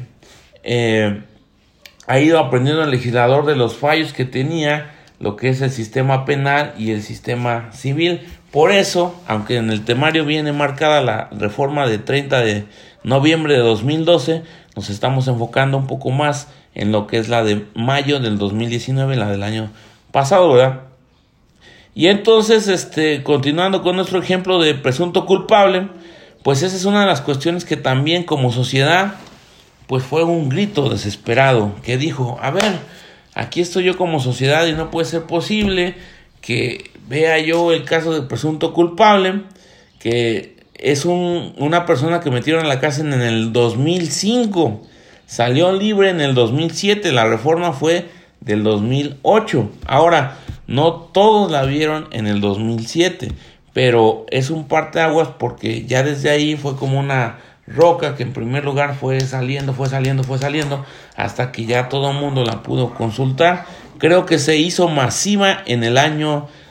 ha ido aprendiendo el legislador de los fallos que tenía lo que es el sistema penal y el sistema civil. Por eso, aunque en el temario viene marcada la reforma de 30 de noviembre de 2012, nos estamos enfocando un poco más en lo que es la de mayo del 2019, la del año pasado, ¿verdad? Y entonces, continuando con nuestro ejemplo de presunto culpable, pues esa es una de las cuestiones que también como sociedad, pues fue un grito desesperado, que dijo, a ver, aquí estoy yo como sociedad y no puede ser posible que vea yo el caso de presunto culpable, que es una persona que metieron a la cárcel en el 2005, salió libre en el 2007, la reforma fue del 2008. Ahora, no todos la vieron en el 2007, pero es un parteaguas porque ya desde ahí fue como una roca que en primer lugar fue saliendo, hasta que ya todo el mundo la pudo consultar. Creo que se hizo masiva en el año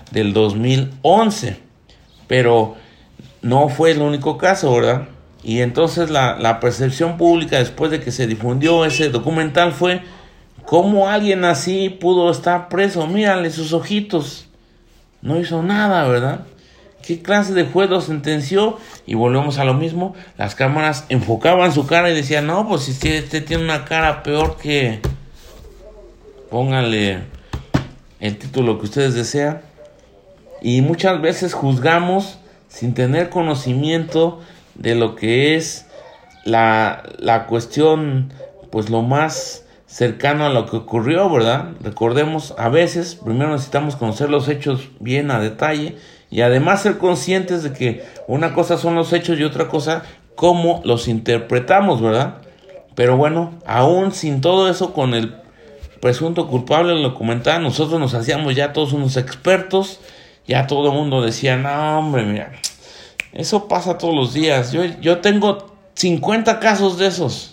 del 2011. Pero no fue el único caso, ¿verdad? Y entonces la percepción pública después de que se difundió ese documental fue: ¿cómo alguien así pudo estar preso? Mírale sus ojitos, no hizo nada, ¿verdad? ¿Qué clase de juez lo sentenció? Y volvemos a lo mismo, las cámaras enfocaban su cara y decían: no, pues si este tiene una cara peor que... póngale el título que ustedes desean. Y muchas veces juzgamos sin tener conocimiento de lo que es la cuestión, pues lo más cercano a lo que ocurrió, ¿verdad? Recordemos, a veces primero necesitamos conocer los hechos bien a detalle y además ser conscientes de que una cosa son los hechos y otra cosa cómo los interpretamos, ¿verdad? Pero bueno, aún sin todo eso, con el presunto culpable en lo documental, nosotros nos hacíamos ya todos unos expertos, ya todo el mundo decía: no, hombre, mira, eso pasa todos los días, yo tengo 50 casos de esos.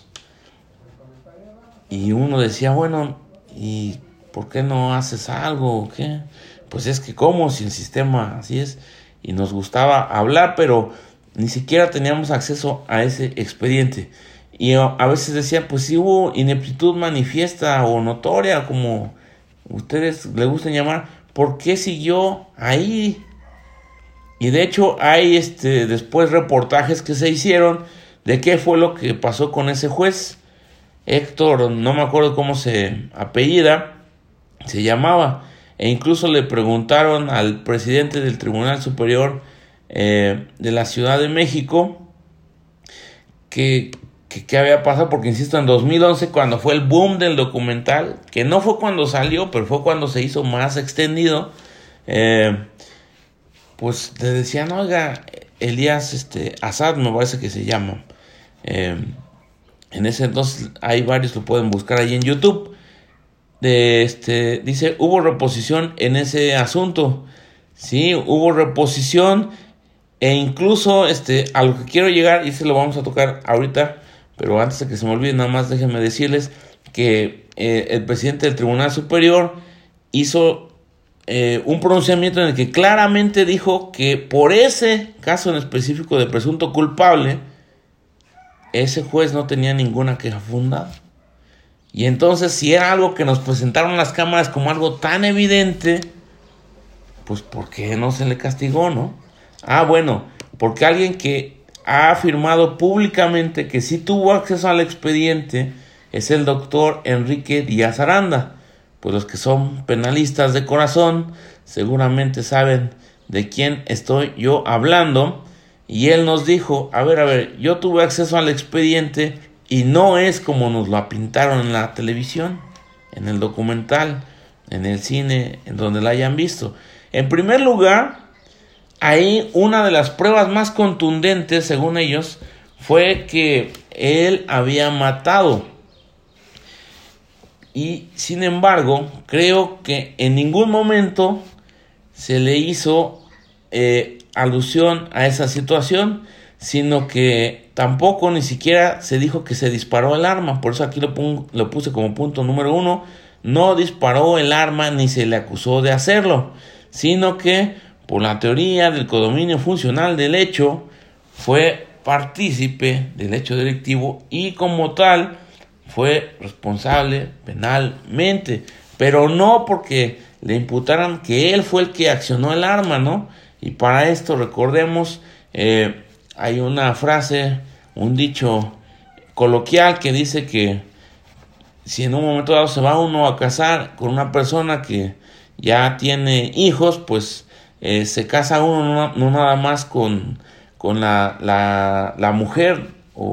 Y uno decía: bueno, ¿y por qué no haces algo o qué? Pues es que ¿cómo? Si el sistema así es. Y nos gustaba hablar, pero ni siquiera teníamos acceso a ese expediente. Y a veces decían: pues si hubo ineptitud manifiesta o notoria, como ustedes le gustan llamar, ¿por qué siguió ahí? Y de hecho hay después reportajes que se hicieron de qué fue lo que pasó con ese juez. Héctor, no me acuerdo cómo se llamaba, e incluso le preguntaron al presidente del Tribunal Superior de la Ciudad de México qué había pasado, porque insisto, en 2011, cuando fue el boom del documental, que no fue cuando salió, pero fue cuando se hizo más extendido, pues le decían: oiga, Elías Assad, me parece que se llama, en ese entonces, hay varios, lo pueden buscar ahí en YouTube, dice: hubo reposición en ese asunto. Sí, hubo reposición, e incluso a lo que quiero llegar, y se lo vamos a tocar ahorita, pero antes de que se me olvide, nada más déjenme decirles que el presidente del Tribunal Superior hizo un pronunciamiento en el que claramente dijo que por ese caso en específico de presunto culpable, ese juez no tenía ninguna queja fundada. Y entonces, si era algo que nos presentaron las cámaras como algo tan evidente, pues ¿por qué no se le castigó, no? Ah, bueno, porque alguien que ha afirmado públicamente que sí tuvo acceso al expediente es el doctor Enrique Díaz Aranda. Pues los que son penalistas de corazón seguramente saben de quién estoy yo hablando. Y él nos dijo: a ver, yo tuve acceso al expediente y no es como nos lo pintaron en la televisión, en el documental, en el cine, en donde la hayan visto. En primer lugar, ahí una de las pruebas más contundentes, según ellos, fue que él había matado. Y sin embargo, creo que en ningún momento se le hizo alusión a esa situación, sino que tampoco ni siquiera se dijo que se disparó el arma. Por eso aquí lo puse como punto número 1. No disparó el arma ni se le acusó de hacerlo, sino que por la teoría del codominio funcional del hecho fue partícipe del hecho delictivo y como tal fue responsable penalmente, pero no porque le imputaran que él fue el que accionó el arma, ¿no? Y para esto recordemos, hay una frase, un dicho coloquial que dice que si en un momento dado se va uno a casar con una persona que ya tiene hijos, pues se casa uno no nada más con la mujer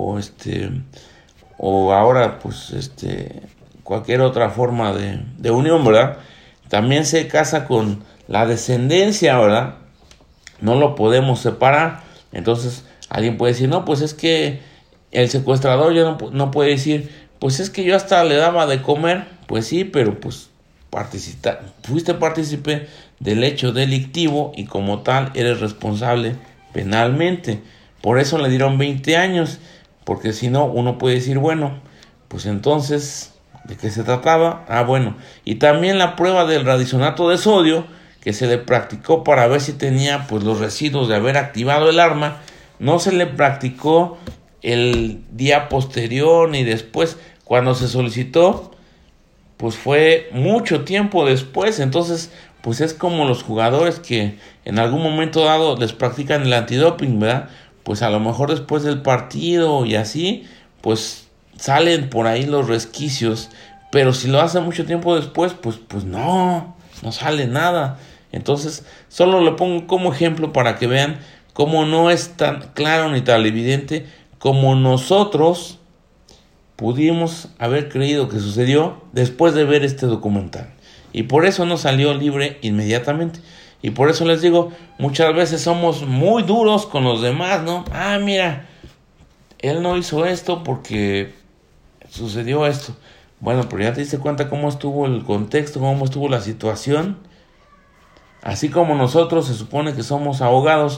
o ahora pues cualquier otra forma de unión, ¿verdad? También se casa con la descendencia, ¿verdad? No lo podemos separar. Entonces alguien puede decir: no, pues es que el secuestrador ya no puede decir: pues es que yo hasta le daba de comer. Pues sí, pero pues fuiste partícipe del hecho delictivo y como tal eres responsable penalmente. Por eso le dieron 20 años, porque si no, uno puede decir: bueno, pues entonces, ¿de qué se trataba? Ah, bueno, y también la prueba del radisonato de sodio, que se le practicó para ver si tenía pues los residuos de haber activado el arma. No se le practicó el día posterior ni después. Cuando se solicitó, pues fue mucho tiempo después. Entonces, pues es como los jugadores que en algún momento dado les practican el antidoping, ¿verdad? Pues a lo mejor después del partido y así, pues salen por ahí los resquicios. Pero si lo hacen mucho tiempo después, pues no sale nada. Entonces, solo lo pongo como ejemplo para que vean cómo no es tan claro ni tan evidente como nosotros pudimos haber creído que sucedió después de ver este documental. Y por eso no salió libre inmediatamente. Y por eso les digo, muchas veces somos muy duros con los demás, ¿no? Mira, él no hizo esto porque sucedió esto. Bueno, pero ya te diste cuenta cómo estuvo el contexto, cómo estuvo la situación. Así como nosotros se supone que somos abogados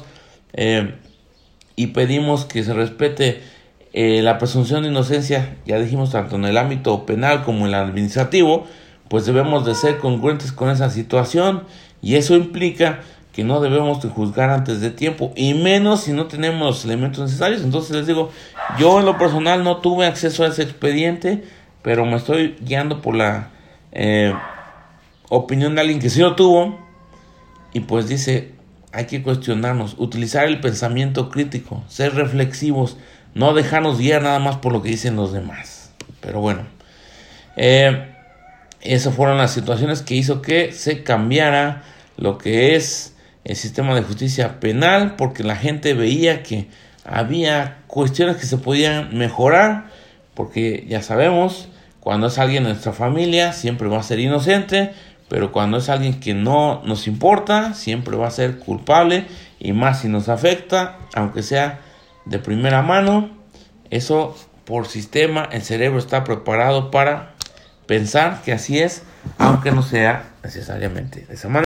y pedimos que se respete la presunción de inocencia, ya dijimos, tanto en el ámbito penal como en el administrativo, pues debemos de ser congruentes con esa situación, y eso implica que no debemos de juzgar antes de tiempo, y menos si no tenemos los elementos necesarios. Entonces les digo, yo en lo personal no tuve acceso a ese expediente, pero me estoy guiando por la opinión de alguien que sí lo tuvo, y pues dice, hay que cuestionarnos, utilizar el pensamiento crítico, ser reflexivos, no dejarnos guiar nada más por lo que dicen los demás. Pero bueno, esas fueron las situaciones que hizo que se cambiara lo que es el sistema de justicia penal, porque la gente veía que había cuestiones que se podían mejorar, porque ya sabemos, cuando es alguien de nuestra familia siempre va a ser inocente, pero cuando es alguien que no nos importa siempre va a ser culpable, y más si nos afecta, aunque sea de primera mano. Eso por sistema, el cerebro está preparado para pensar que así es, aunque no sea necesariamente de esa manera.